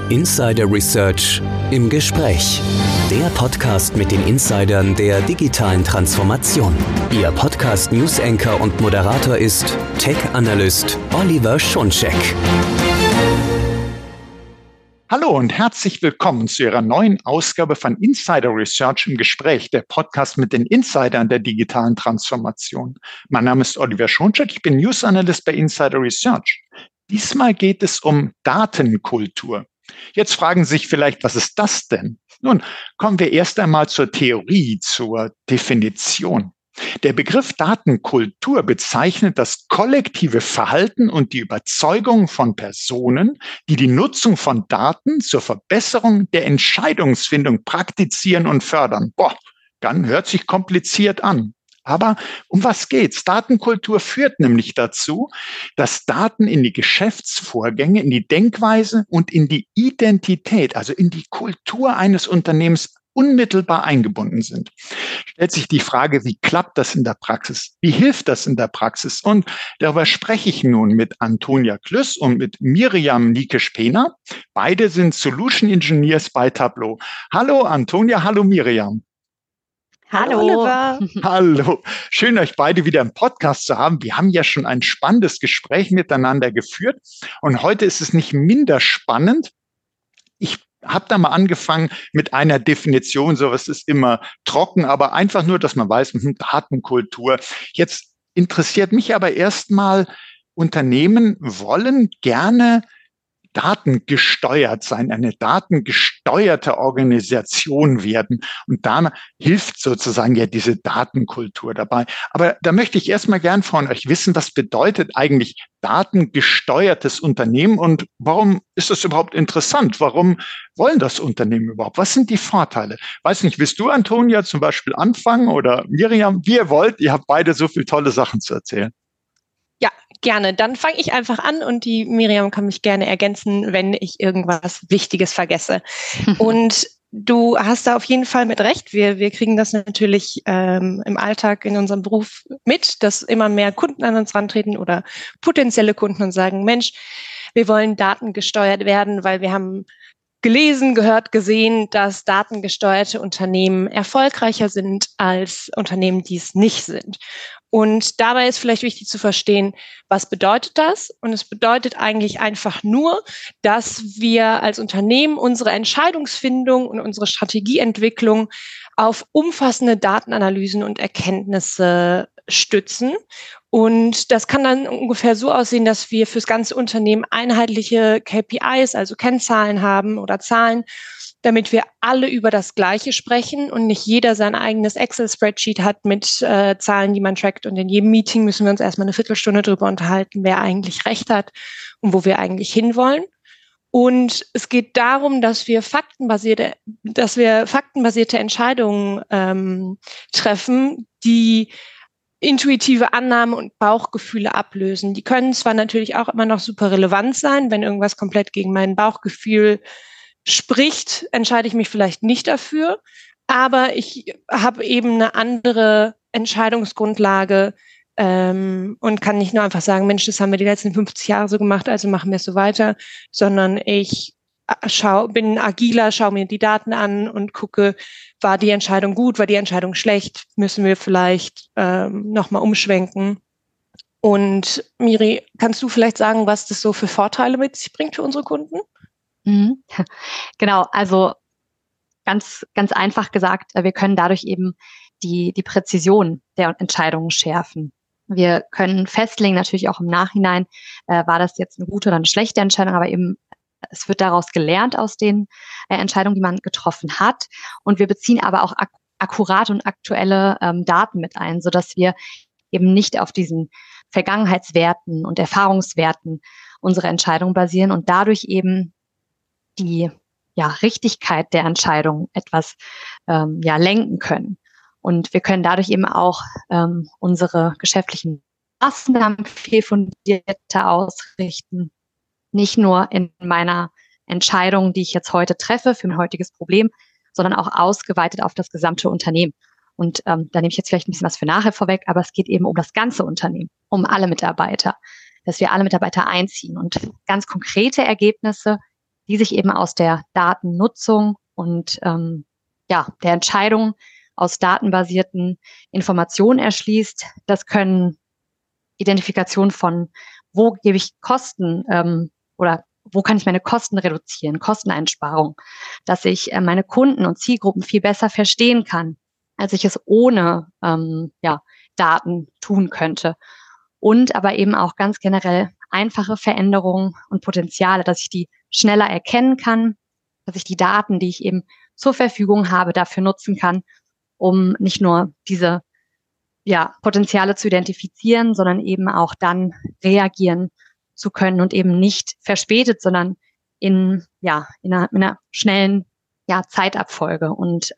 Insider Research im Gespräch. Der Podcast mit den Insidern der digitalen Transformation. Ihr Podcast-News-Anchor und Moderator ist Tech-Analyst Oliver Schoncheck. Hallo und herzlich willkommen zu Ihrer neuen Ausgabe von Insider Research im Gespräch, der Podcast mit den Insidern der digitalen Transformation. Mein Name ist Oliver Schoncheck, ich bin News Analyst bei Insider Research. Diesmal geht es um Datenkultur. Jetzt fragen Sie sich vielleicht, was ist das denn? Nun, kommen wir erst einmal zur Theorie, zur Definition. Der Begriff Datenkultur bezeichnet das kollektive Verhalten und die Überzeugung von Personen, die die Nutzung von Daten zur Verbesserung der Entscheidungsfindung praktizieren und fördern. Hört sich kompliziert an. Aber um was geht's? Datenkultur führt nämlich dazu, dass Daten in die Geschäftsvorgänge, in die Denkweise und in die Identität, also in die Kultur eines Unternehmens unmittelbar eingebunden sind. Stellt sich die Frage, wie klappt das in der Praxis? Wie hilft das in der Praxis? Und darüber spreche ich nun mit Antonia Klüss und mit Miriam Nieke-Spener. Beide sind Solution Engineers bei Tableau. Hallo Antonia, hallo Miriam. Hallo Oliver. Hallo, schön euch beide wieder im Podcast zu haben. Wir haben ja schon ein spannendes Gespräch miteinander geführt und heute ist es nicht minder spannend. Ich habe da mal angefangen mit einer Definition, sowas ist immer trocken, aber einfach nur, dass man weiß, Datenkultur. Jetzt interessiert mich aber erstmal, Unternehmen wollen gerne datengesteuert sein, eine datengesteuerte Organisation werden. Und da hilft sozusagen ja diese Datenkultur dabei. Aber da möchte ich erstmal gern von euch wissen, was bedeutet eigentlich datengesteuertes Unternehmen und warum ist das überhaupt interessant? Warum wollen das Unternehmen überhaupt? Was sind die Vorteile? Weiß nicht, willst du, Antonia, zum Beispiel anfangen oder Miriam, wie ihr wollt? Ihr habt beide so viele tolle Sachen zu erzählen. Ja, gerne. Dann fange ich einfach an und die Miriam kann mich gerne ergänzen, wenn ich irgendwas Wichtiges vergesse. Und du hast da auf jeden Fall mit recht. Wir kriegen das natürlich im Alltag in unserem Beruf mit, dass immer mehr Kunden an uns rantreten oder potenzielle Kunden und sagen, Mensch, wir wollen datengesteuert werden, weil wir haben gelesen, gehört, gesehen, dass datengesteuerte Unternehmen erfolgreicher sind als Unternehmen, die es nicht sind. Und dabei ist vielleicht wichtig zu verstehen, was bedeutet das? Und es bedeutet eigentlich einfach nur, dass wir als Unternehmen unsere Entscheidungsfindung und unsere Strategieentwicklung auf umfassende Datenanalysen und Erkenntnisse stützen. Und das kann dann ungefähr so aussehen, dass wir fürs ganze Unternehmen einheitliche KPIs, also Kennzahlen haben oder Zahlen, damit wir alle über das Gleiche sprechen und nicht jeder sein eigenes Excel-Spreadsheet hat mit Zahlen, die man trackt. Und in jedem Meeting müssen wir uns erstmal eine Viertelstunde drüber unterhalten, wer eigentlich recht hat und wo wir eigentlich hinwollen. Und es geht darum, dass wir faktenbasierte Entscheidungen treffen, die intuitive Annahmen und Bauchgefühle ablösen. Die können zwar natürlich auch immer noch super relevant sein, wenn irgendwas komplett gegen mein Bauchgefühl spricht, entscheide ich mich vielleicht nicht dafür, aber ich habe eben eine andere Entscheidungsgrundlage und kann nicht nur einfach sagen, Mensch, das haben wir die letzten 50 Jahre so gemacht, also machen wir es so weiter, sondern ich bin agiler, schaue mir die Daten an und gucke, war die Entscheidung gut, war die Entscheidung schlecht, müssen wir vielleicht nochmal umschwenken. Und Miri, kannst du vielleicht sagen, was das so für Vorteile mit sich bringt für unsere Kunden? Genau, also ganz einfach gesagt, wir können dadurch eben die Präzision der Entscheidungen schärfen. Wir können festlegen, natürlich auch im Nachhinein, war das jetzt eine gute oder eine schlechte Entscheidung, aber eben es wird daraus gelernt aus den Entscheidungen, die man getroffen hat. Und wir beziehen aber auch akkurate und aktuelle Daten mit ein, sodass wir eben nicht auf diesen Vergangenheitswerten und Erfahrungswerten unsere Entscheidungen basieren und dadurch eben die Richtigkeit der Entscheidung etwas lenken können. Und wir können dadurch eben auch unsere geschäftlichen Maßnahmen viel fundierter ausrichten. Nicht nur in meiner Entscheidung, die ich jetzt heute treffe für mein heutiges Problem, sondern auch ausgeweitet auf das gesamte Unternehmen. Und da nehme ich jetzt vielleicht ein bisschen was für nachher vorweg, aber es geht eben um das ganze Unternehmen, um alle Mitarbeiter, dass wir alle Mitarbeiter einziehen. Und ganz konkrete Ergebnisse die sich eben aus der Datennutzung und der Entscheidung aus datenbasierten Informationen erschließt. Das können Identifikation von, wo gebe ich Kosten oder wo kann ich meine Kosten reduzieren, Kosteneinsparung, dass ich meine Kunden und Zielgruppen viel besser verstehen kann, als ich es ohne Daten tun könnte. Und aber eben auch ganz generell einfache Veränderungen und Potenziale, dass ich die schneller erkennen kann, dass ich die Daten, die ich eben zur Verfügung habe, dafür nutzen kann, um nicht nur diese Potenziale zu identifizieren, sondern eben auch dann reagieren zu können und eben nicht verspätet, sondern in einer schnellen Zeitabfolge. Und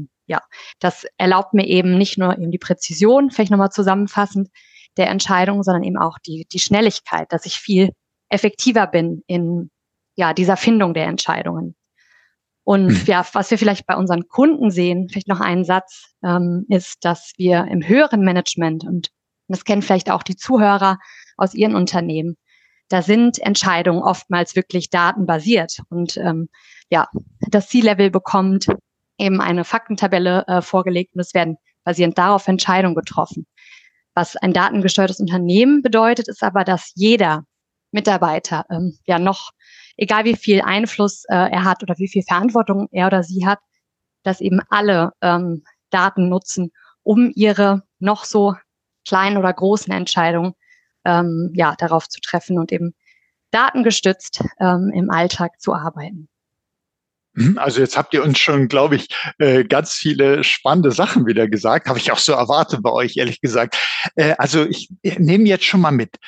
das erlaubt mir eben nicht nur eben die Präzision, vielleicht nochmal zusammenfassend, der Entscheidung, sondern eben auch die Schnelligkeit, dass ich viel effektiver bin in dieser Findung der Entscheidungen. Und was wir vielleicht bei unseren Kunden sehen, vielleicht noch einen Satz, ist, dass wir im höheren Management, und das kennen vielleicht auch die Zuhörer aus ihren Unternehmen, da sind Entscheidungen oftmals wirklich datenbasiert. Und das C-Level bekommt eben eine Faktentabelle vorgelegt und es werden basierend darauf Entscheidungen getroffen. Was ein datengesteuertes Unternehmen bedeutet, ist aber, dass jeder Mitarbeiter egal wie viel Einfluss er hat oder wie viel Verantwortung er oder sie hat, dass eben alle Daten nutzen, um ihre noch so kleinen oder großen Entscheidungen darauf zu treffen und eben datengestützt im Alltag zu arbeiten. Also jetzt habt ihr uns schon, glaube ich, ganz viele spannende Sachen wieder gesagt. Habe ich auch so erwartet bei euch, ehrlich gesagt. Also ich nehme jetzt schon mal mit.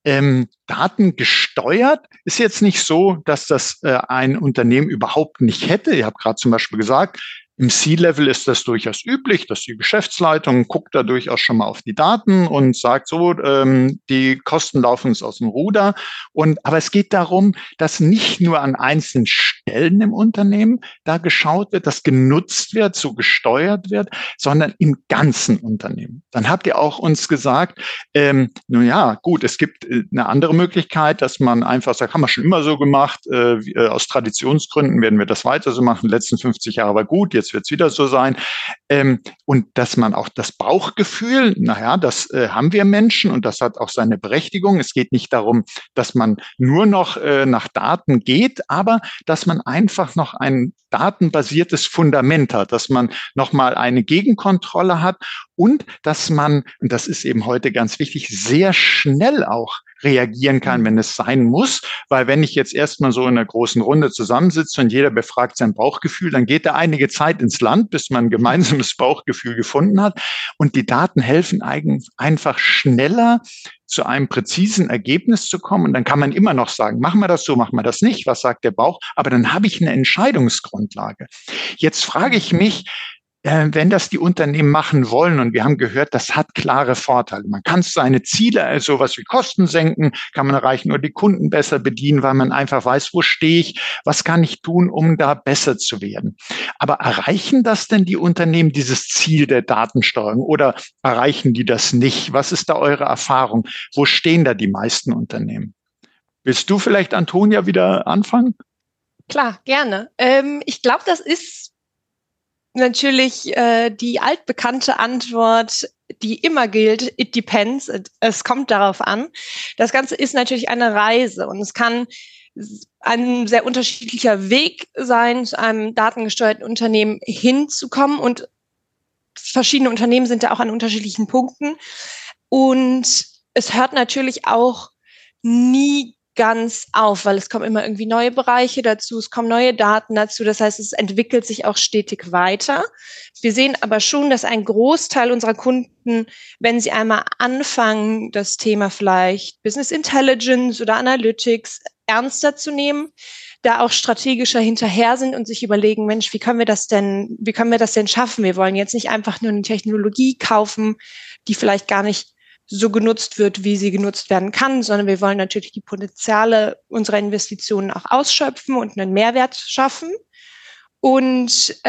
Daten gesteuert ist jetzt nicht so, dass das ein Unternehmen überhaupt nicht hätte. Ihr habt gerade zum Beispiel gesagt, im C-Level ist das durchaus üblich, dass die Geschäftsleitung guckt da durchaus schon mal auf die Daten und sagt so, die Kosten laufen uns aus dem Ruder. Aber es geht darum, dass nicht nur an einzelnen Stellen im Unternehmen da geschaut wird, dass genutzt wird, so gesteuert wird, sondern im ganzen Unternehmen. Dann habt ihr auch uns gesagt, gut, es gibt eine andere Möglichkeit, dass man einfach sagt, haben wir schon immer so gemacht, aus Traditionsgründen werden wir das weiter so machen, die letzten 50 Jahre war gut, jetzt wird es wieder so sein. Und dass man auch das Bauchgefühl, das haben wir Menschen und das hat auch seine Berechtigung. Es geht nicht darum, dass man nur noch nach Daten geht, aber dass man einfach noch ein datenbasiertes Fundament hat, dass man nochmal eine Gegenkontrolle hat und dass man, und das ist eben heute ganz wichtig, sehr schnell auch reagieren kann, wenn es sein muss. Weil wenn ich jetzt erstmal so in einer großen Runde zusammensitze und jeder befragt sein Bauchgefühl, dann geht da einige Zeit ins Land, bis man ein gemeinsames Bauchgefühl gefunden hat. Und die Daten helfen einfach schneller zu einem präzisen Ergebnis zu kommen. Und dann kann man immer noch sagen, machen wir das so, machen wir das nicht, was sagt der Bauch? Aber dann habe ich eine Entscheidungsgrundlage. Jetzt frage ich mich, wenn das die Unternehmen machen wollen, und wir haben gehört, das hat klare Vorteile. Man kann seine Ziele, also sowas wie Kosten senken, kann man erreichen, oder die Kunden besser bedienen, weil man einfach weiß, wo stehe ich, was kann ich tun, um da besser zu werden. Aber erreichen das denn die Unternehmen, dieses Ziel der Datensteuerung, oder erreichen die das nicht? Was ist da eure Erfahrung? Wo stehen da die meisten Unternehmen? Willst du vielleicht, Antonia, wieder anfangen? Klar, gerne. Ich glaube, das ist natürlich die altbekannte Antwort, die immer gilt, it depends, es kommt darauf an. Das Ganze ist natürlich eine Reise und es kann ein sehr unterschiedlicher Weg sein, zu einem datengesteuerten Unternehmen hinzukommen, und verschiedene Unternehmen sind da auch an unterschiedlichen Punkten, und es hört natürlich auch nie ganz auf, weil es kommen immer irgendwie neue Bereiche dazu, es kommen neue Daten dazu, das heißt, es entwickelt sich auch stetig weiter. Wir sehen aber schon, dass ein Großteil unserer Kunden, wenn sie einmal anfangen, das Thema vielleicht Business Intelligence oder Analytics ernster zu nehmen, da auch strategischer hinterher sind und sich überlegen, Mensch, wie können wir das denn schaffen? Wir wollen jetzt nicht einfach nur eine Technologie kaufen, die vielleicht gar nicht so genutzt wird, wie sie genutzt werden kann, sondern wir wollen natürlich die Potenziale unserer Investitionen auch ausschöpfen und einen Mehrwert schaffen. Und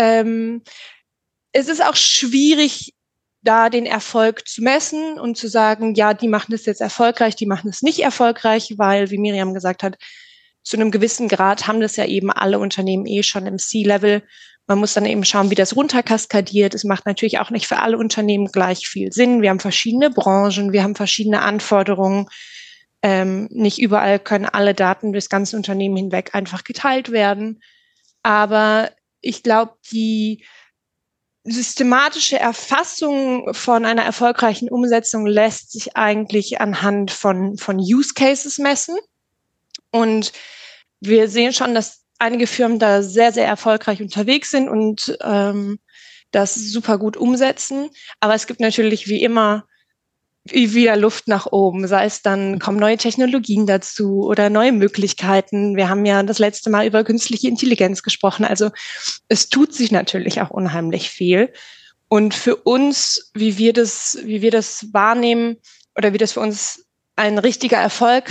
es ist auch schwierig, da den Erfolg zu messen und zu sagen, ja, die machen das jetzt erfolgreich, die machen es nicht erfolgreich, weil, wie Miriam gesagt hat, zu einem gewissen Grad haben das ja eben alle Unternehmen schon im C-Level. Man muss dann eben schauen, wie das runterkaskadiert. Es macht natürlich auch nicht für alle Unternehmen gleich viel Sinn. Wir haben verschiedene Branchen, wir haben verschiedene Anforderungen. Nicht überall können alle Daten durchs ganze Unternehmen hinweg einfach geteilt werden. Aber ich glaube, die systematische Erfassung von einer erfolgreichen Umsetzung lässt sich eigentlich anhand von Use Cases messen. Und wir sehen schon, dass einige Firmen da sehr, sehr erfolgreich unterwegs sind und das super gut umsetzen. Aber es gibt natürlich wie immer wieder Luft nach oben, sei es dann, kommen neue Technologien dazu oder neue Möglichkeiten. Wir haben ja das letzte Mal über künstliche Intelligenz gesprochen. Also es tut sich natürlich auch unheimlich viel. Und für uns, wie wir das wahrnehmen oder wie das für uns ein richtiger Erfolg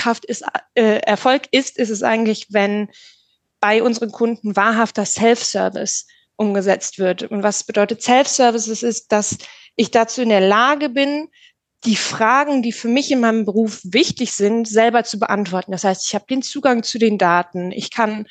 ist es eigentlich, wenn bei unseren Kunden wahrhafter Self-Service umgesetzt wird. Und was bedeutet Self-Service? Es ist, dass ich dazu in der Lage bin, die Fragen, die für mich in meinem Beruf wichtig sind, selber zu beantworten. Das heißt, ich habe den Zugang zu den Daten. Ich kann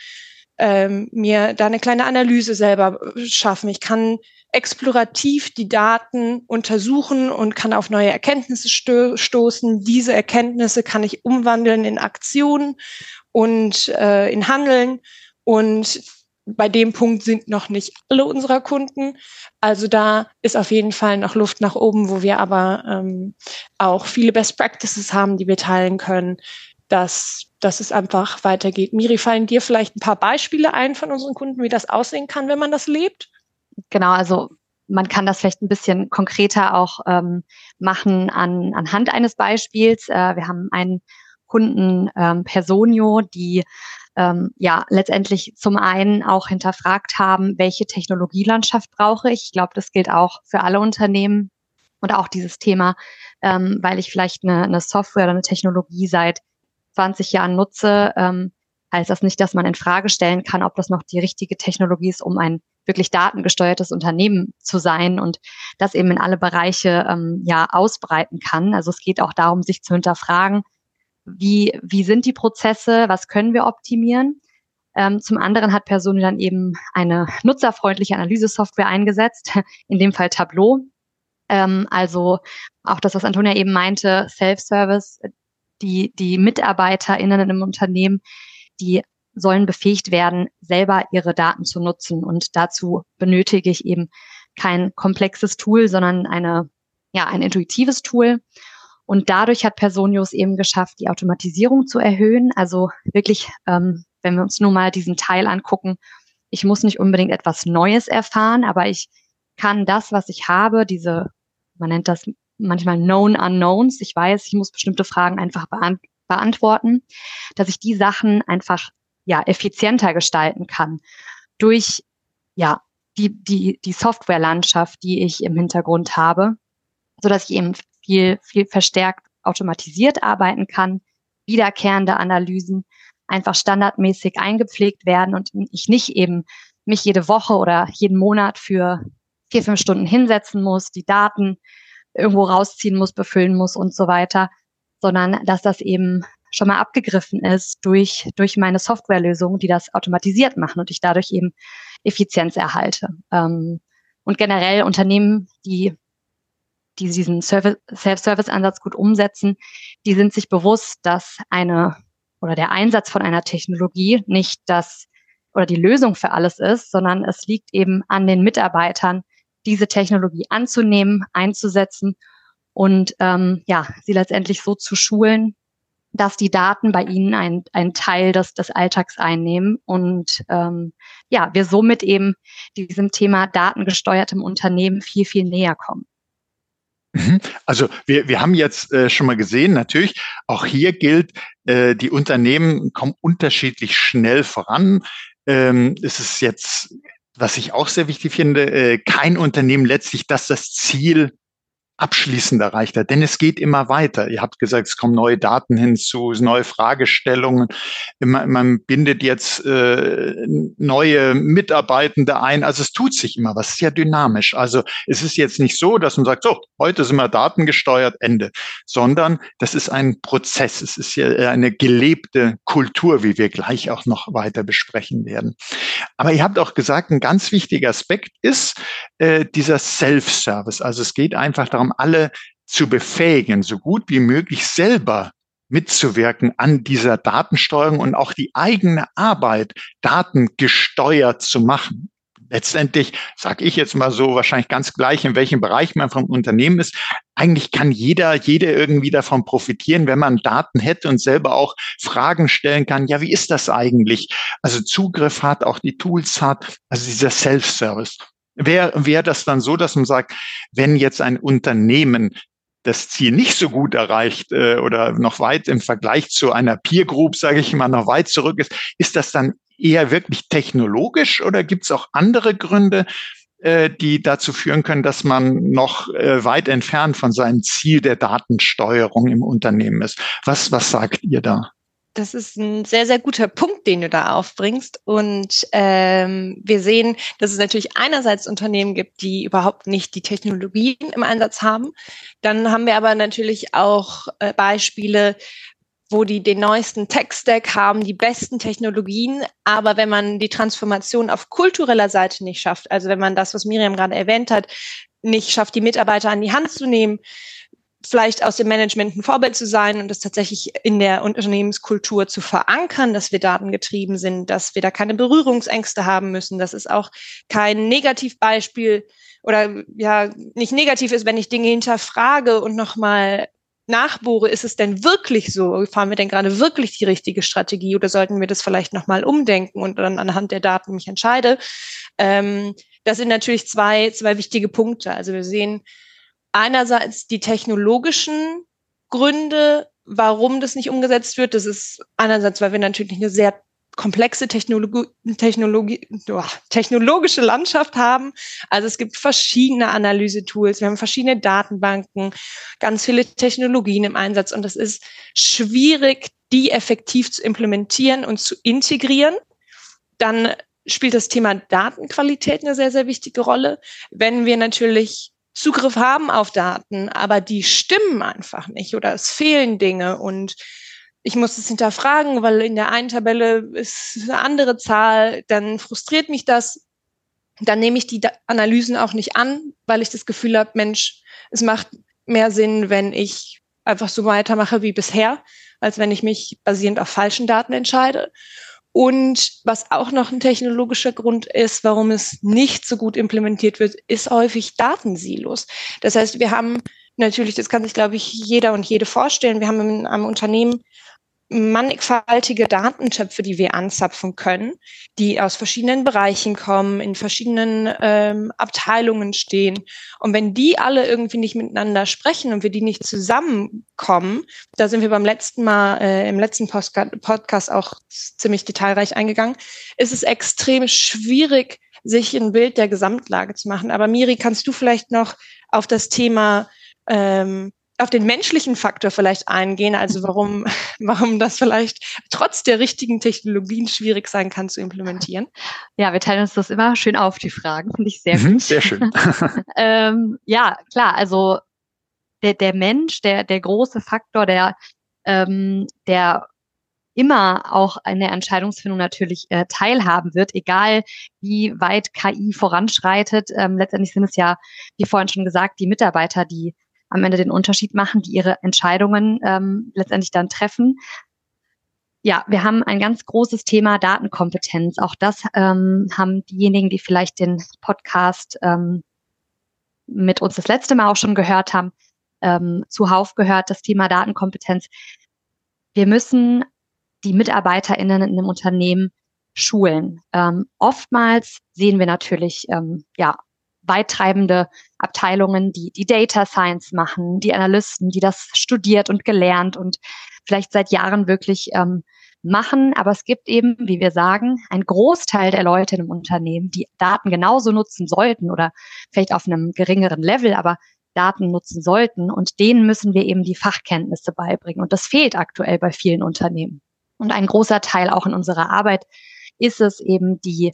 mir da eine kleine Analyse selber schaffen. Ich kann explorativ die Daten untersuchen und kann auf neue Erkenntnisse stoßen. Diese Erkenntnisse kann ich umwandeln in Aktionen und in Handeln. Und bei dem Punkt sind noch nicht alle unserer Kunden. Also da ist auf jeden Fall noch Luft nach oben, wo wir aber auch viele Best Practices haben, die wir teilen können, dass es einfach weitergeht. Miri, fallen dir vielleicht ein paar Beispiele ein von unseren Kunden, wie das aussehen kann, wenn man das lebt? Genau, also man kann das vielleicht ein bisschen konkreter auch machen anhand eines Beispiels. Wir haben einen Kunden, Personio, die letztendlich zum einen auch hinterfragt haben, welche Technologielandschaft brauche ich. Ich glaube, das gilt auch für alle Unternehmen und auch dieses Thema, weil ich vielleicht eine Software oder eine Technologie seit 20 Jahren nutze, heißt das nicht, dass man in Frage stellen kann, ob das noch die richtige Technologie ist, um ein wirklich datengesteuertes Unternehmen zu sein und das eben in alle Bereiche ausbreiten kann. Also es geht auch darum, sich zu hinterfragen, wie sind die Prozesse, was können wir optimieren? Zum anderen hat Personio dann eben eine nutzerfreundliche Analysesoftware eingesetzt, in dem Fall Tableau. Also auch das, was Antonia eben meinte, Self-Service, die MitarbeiterInnen im Unternehmen, die sollen befähigt werden, selber ihre Daten zu nutzen. Und dazu benötige ich eben kein komplexes Tool, sondern ein intuitives Tool. Und dadurch hat Personio es eben geschafft, die Automatisierung zu erhöhen. Also wirklich, wenn wir uns nur mal diesen Teil angucken, ich muss nicht unbedingt etwas Neues erfahren, aber ich kann das, was ich habe, man nennt das manchmal Known Unknowns. Ich weiß, ich muss bestimmte Fragen einfach beantworten, dass ich die Sachen einfach effizienter gestalten kann durch die Softwarelandschaft, die ich im Hintergrund habe, so dass ich eben viel verstärkt automatisiert arbeiten kann, wiederkehrende Analysen einfach standardmäßig eingepflegt werden und ich nicht eben mich jede Woche oder jeden Monat für 4-5 Stunden hinsetzen muss, die Daten irgendwo rausziehen muss, befüllen muss und so weiter, sondern dass das eben schon mal abgegriffen ist durch meine Softwarelösungen, die das automatisiert machen und ich dadurch eben Effizienz erhalte. Und generell Unternehmen, die diesen Self-Service-Ansatz gut umsetzen, die sind sich bewusst, dass der Einsatz von einer Technologie nicht die Lösung für alles ist, sondern es liegt eben an den Mitarbeitern, diese Technologie anzunehmen, einzusetzen und sie letztendlich so zu schulen, dass die Daten bei ihnen einen Teil des Alltags einnehmen und wir somit eben diesem Thema datengesteuertem Unternehmen viel, viel näher kommen. Also wir haben jetzt schon mal gesehen, natürlich, auch hier gilt, die Unternehmen kommen unterschiedlich schnell voran. Es ist jetzt, was ich auch sehr wichtig finde, kein Unternehmen letztlich, das Ziel abschließend erreicht hat. Denn es geht immer weiter. Ihr habt gesagt, es kommen neue Daten hinzu, neue Fragestellungen. Man bindet jetzt neue Mitarbeitende ein. Also es tut sich immer was. Es ist ja dynamisch. Also es ist jetzt nicht so, dass man sagt, so, heute sind wir datengesteuert, Ende. Sondern das ist ein Prozess. Es ist ja eine gelebte Kultur, wie wir gleich auch noch weiter besprechen werden. Aber ihr habt auch gesagt, ein ganz wichtiger Aspekt ist dieser Self-Service. Also es geht einfach darum, alle zu befähigen, so gut wie möglich selber mitzuwirken an dieser Datensteuerung und auch die eigene Arbeit datengesteuert zu machen. Letztendlich, sage ich jetzt mal so, wahrscheinlich ganz gleich, in welchem Bereich man vom Unternehmen ist, eigentlich kann jede irgendwie davon profitieren, wenn man Daten hätte und selber auch Fragen stellen kann. Ja, wie ist das eigentlich? Also Zugriff hat, auch die Tools hat, also dieser Self-Service. Wäre das dann so, dass man sagt, wenn jetzt ein Unternehmen das Ziel nicht so gut erreicht oder noch weit im Vergleich zu einer Peer Group, sage ich mal, noch weit zurück ist das dann eher wirklich technologisch oder gibt es auch andere Gründe, die dazu führen können, dass man noch weit entfernt von seinem Ziel der Datensteuerung im Unternehmen ist? Was sagt ihr da? Das ist ein sehr, sehr guter Punkt, den du da aufbringst. Und wir sehen, dass es natürlich einerseits Unternehmen gibt, die überhaupt nicht die Technologien im Einsatz haben. Dann haben wir aber natürlich auch Beispiele, wo die den neuesten Tech-Stack haben, die besten Technologien. Aber wenn man die Transformation auf kultureller Seite nicht schafft, also wenn man das, was Miriam gerade erwähnt hat, nicht schafft, die Mitarbeiter an die Hand zu nehmen, vielleicht aus dem Management ein Vorbild zu sein und das tatsächlich in der Unternehmenskultur zu verankern, dass wir datengetrieben sind, dass wir da keine Berührungsängste haben müssen, dass es auch kein Negativbeispiel oder ja nicht negativ ist, wenn ich Dinge hinterfrage und nochmal nachbohre, ist es denn wirklich so? Fahren wir denn gerade wirklich die richtige Strategie oder sollten wir das vielleicht nochmal umdenken und dann anhand der Daten mich entscheide? Das sind natürlich zwei wichtige Punkte. Also wir sehen einerseits die technologischen Gründe, warum das nicht umgesetzt wird. Das ist einerseits, weil wir natürlich eine sehr komplexe technologische Landschaft haben. Also es gibt verschiedene Analysetools, wir haben verschiedene Datenbanken, ganz viele Technologien im Einsatz und es ist schwierig, die effektiv zu implementieren und zu integrieren. Dann spielt das Thema Datenqualität eine sehr, sehr wichtige Rolle. Wenn wir natürlich Zugriff haben auf Daten, aber die stimmen einfach nicht oder es fehlen Dinge und ich muss es hinterfragen, weil in der einen Tabelle ist eine andere Zahl, dann frustriert mich das, dann nehme ich die Analysen auch nicht an, weil ich das Gefühl habe, Mensch, es macht mehr Sinn, wenn ich einfach so weitermache wie bisher, als wenn ich mich basierend auf falschen Daten entscheide. Und was auch noch ein technologischer Grund ist, warum es nicht so gut implementiert wird, ist häufig Datensilos. Das heißt, wir haben natürlich, das kann sich, glaube ich, jeder und jede vorstellen, wir haben in einem Unternehmen mannigfaltige Datentöpfe, die wir anzapfen können, die aus verschiedenen Bereichen kommen, in verschiedenen Abteilungen stehen. Und wenn die alle irgendwie nicht miteinander sprechen und wir die nicht zusammenkommen, da sind wir beim letzten Mal, im letzten Podcast auch ziemlich detailreich eingegangen, ist es extrem schwierig, sich ein Bild der Gesamtlage zu machen. Aber Miri, kannst du vielleicht noch auf das Thema auf den menschlichen Faktor vielleicht eingehen, also warum das vielleicht trotz der richtigen Technologien schwierig sein kann zu implementieren? Ja, wir teilen uns das immer schön auf, die Fragen, finde ich sehr gut. Sehr schön. Ja, klar, also der Mensch, der große Faktor, der immer auch an der Entscheidungsfindung natürlich teilhaben wird, egal wie weit KI voranschreitet. Letztendlich sind es ja, wie vorhin schon gesagt, die Mitarbeiter, die am Ende den Unterschied machen, die ihre Entscheidungen letztendlich dann treffen. Ja, wir haben ein ganz großes Thema Datenkompetenz. Auch das haben diejenigen, die vielleicht den Podcast mit uns das letzte Mal auch schon gehört haben, zuhauf gehört, das Thema Datenkompetenz. Wir müssen die MitarbeiterInnen in einem Unternehmen schulen. Oftmals sehen wir natürlich weittreibende Abteilungen, die Data Science machen, die Analysten, die das studiert und gelernt und vielleicht seit Jahren wirklich machen. Aber es gibt eben, wie wir sagen, einen Großteil der Leute in einem Unternehmen, die Daten genauso nutzen sollten oder vielleicht auf einem geringeren Level, aber Daten nutzen sollten. Und denen müssen wir eben die Fachkenntnisse beibringen. Und das fehlt aktuell bei vielen Unternehmen. Und ein großer Teil auch in unserer Arbeit ist es eben die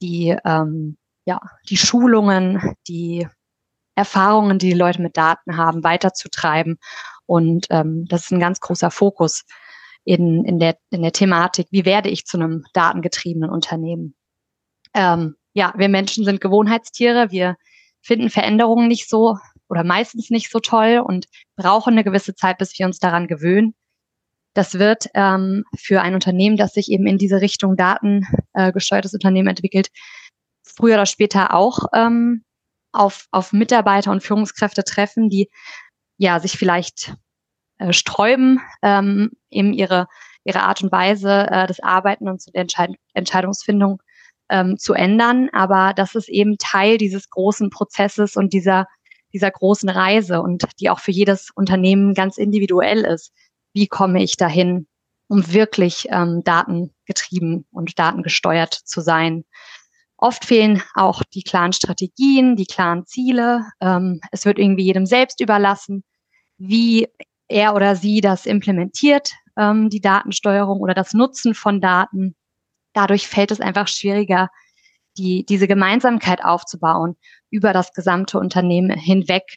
Schulungen, die Erfahrungen, die Leute mit Daten haben, weiterzutreiben. Und das ist ein ganz großer Fokus in der Thematik, wie werde ich zu einem datengetriebenen Unternehmen? Wir Menschen sind Gewohnheitstiere. Wir finden Veränderungen nicht so oder meistens nicht so toll und brauchen eine gewisse Zeit, bis wir uns daran gewöhnen. Das wird für ein Unternehmen, das sich eben in diese Richtung datengesteuertes Unternehmen entwickelt, früher oder später auch auf Mitarbeiter und Führungskräfte treffen, die sich vielleicht sträuben, eben ihre Art und Weise des Arbeiten und der Entscheidungsfindung zu ändern. Aber das ist eben Teil dieses großen Prozesses und dieser großen Reise und die auch für jedes Unternehmen ganz individuell ist. Wie komme ich dahin, um wirklich datengetrieben und datengesteuert zu sein? Oft fehlen auch die klaren Strategien, die klaren Ziele. Es wird irgendwie jedem selbst überlassen, wie er oder sie das implementiert, die Datensteuerung oder das Nutzen von Daten. Dadurch fällt es einfach schwieriger, diese Gemeinsamkeit aufzubauen über das gesamte Unternehmen hinweg.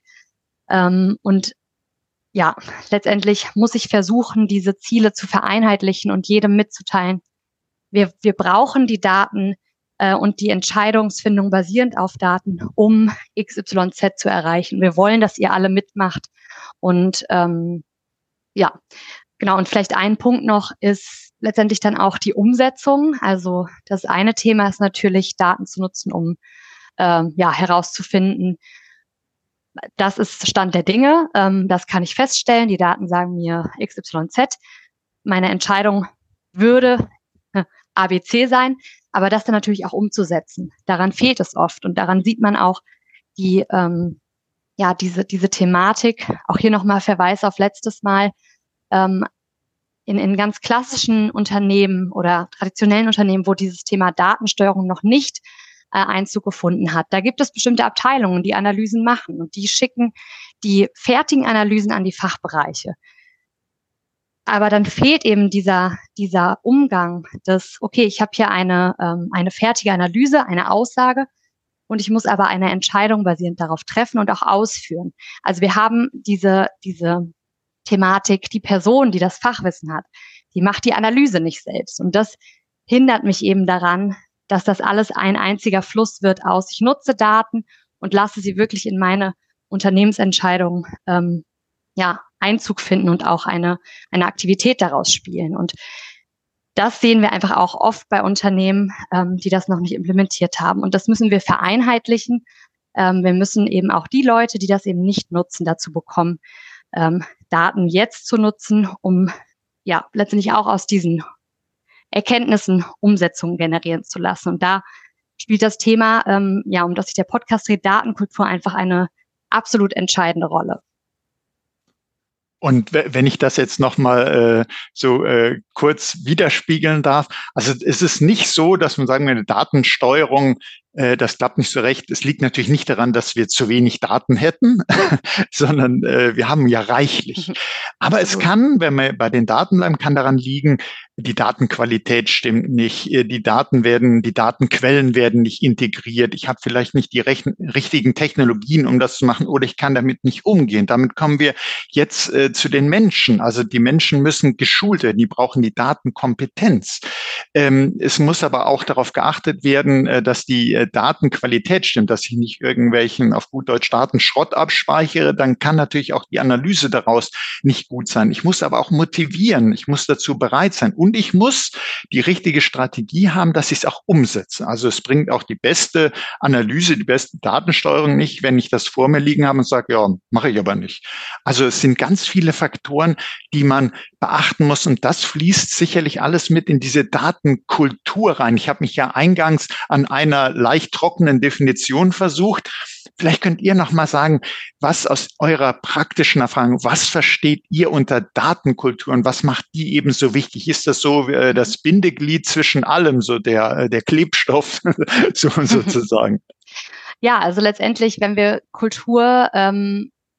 Letztendlich muss ich versuchen, diese Ziele zu vereinheitlichen und jedem mitzuteilen. Wir brauchen die Daten und die Entscheidungsfindung basierend auf Daten, um XYZ zu erreichen. Wir wollen, dass ihr alle mitmacht. Und und vielleicht ein Punkt noch ist letztendlich dann auch die Umsetzung. Also das eine Thema ist natürlich, Daten zu nutzen, um herauszufinden, das ist Stand der Dinge, das kann ich feststellen, die Daten sagen mir XYZ, meine Entscheidung würde ABC sein, aber das dann natürlich auch umzusetzen. Daran fehlt es oft und daran sieht man auch diese Thematik, auch hier nochmal Verweis auf letztes Mal, in ganz klassischen Unternehmen oder traditionellen Unternehmen, wo dieses Thema Datensteuerung noch nicht Einzug gefunden hat. Da gibt es bestimmte Abteilungen, die Analysen machen und die schicken die fertigen Analysen an die Fachbereiche. Aber dann fehlt eben dieser Umgang des, okay, ich habe hier eine fertige Analyse, eine Aussage und ich muss aber eine Entscheidung basierend darauf treffen und auch ausführen. Also wir haben diese Thematik, die Person, die das Fachwissen hat, die macht die Analyse nicht selbst. Und das hindert mich eben daran, dass das alles ein einziger Fluss wird aus, ich nutze Daten und lasse sie wirklich in meine Unternehmensentscheidung Einzug finden und auch eine Aktivität daraus spielen. Und das sehen wir einfach auch oft bei Unternehmen, die das noch nicht implementiert haben. Und das müssen wir vereinheitlichen. Wir müssen eben auch die Leute, die das eben nicht nutzen, dazu bekommen, Daten jetzt zu nutzen, um letztendlich auch aus diesen Erkenntnissen Umsetzungen generieren zu lassen. Und da spielt das Thema, um das sich der Podcast dreht, Datenkultur einfach eine absolut entscheidende Rolle. Und wenn ich das jetzt nochmal kurz widerspiegeln darf, also es ist nicht so, dass man sagen, eine Datensteuerung, das klappt nicht so recht. Es liegt natürlich nicht daran, dass wir zu wenig Daten hätten, sondern wir haben ja reichlich. Aber es kann, wenn wir bei den Daten bleiben, kann daran liegen, die Datenqualität stimmt nicht, die Datenquellen werden nicht integriert, ich habe vielleicht nicht die richtigen Technologien, um das zu machen, oder ich kann damit nicht umgehen. Damit kommen wir jetzt zu den Menschen. Also die Menschen müssen geschult werden, die brauchen die Datenkompetenz. Es muss aber auch darauf geachtet werden, dass die Datenqualität stimmt, dass ich nicht irgendwelchen, auf gut Deutsch, Datenschrott abspeichere, dann kann natürlich auch die Analyse daraus nicht gut sein. Ich muss aber auch motivieren, ich muss dazu bereit sein und ich muss die richtige Strategie haben, dass ich es auch umsetze. Also es bringt auch die beste Analyse, die beste Datensteuerung nicht, wenn ich das vor mir liegen habe und sage, ja, mache ich aber nicht. Also es sind ganz viele Faktoren, die man beachten muss und das fließt sicherlich alles mit in diese Datenkultur rein. Ich habe mich ja eingangs an einer leicht trockenen Definition versucht. Vielleicht könnt ihr noch mal sagen, was aus eurer praktischen Erfahrung, was versteht ihr unter Datenkultur und was macht die eben so wichtig? Ist das so das Bindeglied zwischen allem, so der Klebstoff sozusagen? Ja, also letztendlich, wenn wir Kultur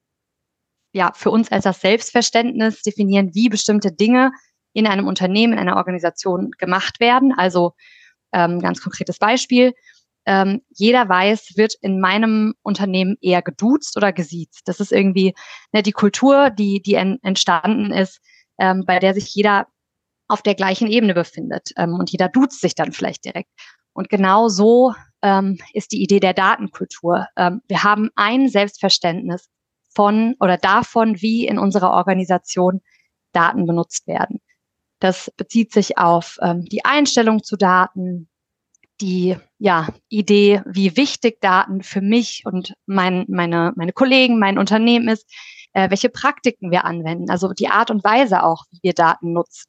für uns als das Selbstverständnis definieren, wie bestimmte Dinge in einem Unternehmen, in einer Organisation gemacht werden. Also ganz konkretes Beispiel. Jeder weiß, wird in meinem Unternehmen eher geduzt oder gesiezt. Das ist irgendwie die Kultur, die entstanden ist, bei der sich jeder auf der gleichen Ebene befindet. Und jeder duzt sich dann vielleicht direkt. Und genau so ist die Idee der Datenkultur. Wir haben ein Selbstverständnis von oder davon, wie in unserer Organisation Daten benutzt werden. Das bezieht sich auf die Einstellung zu Daten, die Idee, wie wichtig Daten für mich und meine Kollegen, mein Unternehmen ist, welche Praktiken wir anwenden, also die Art und Weise auch, wie wir Daten nutzen.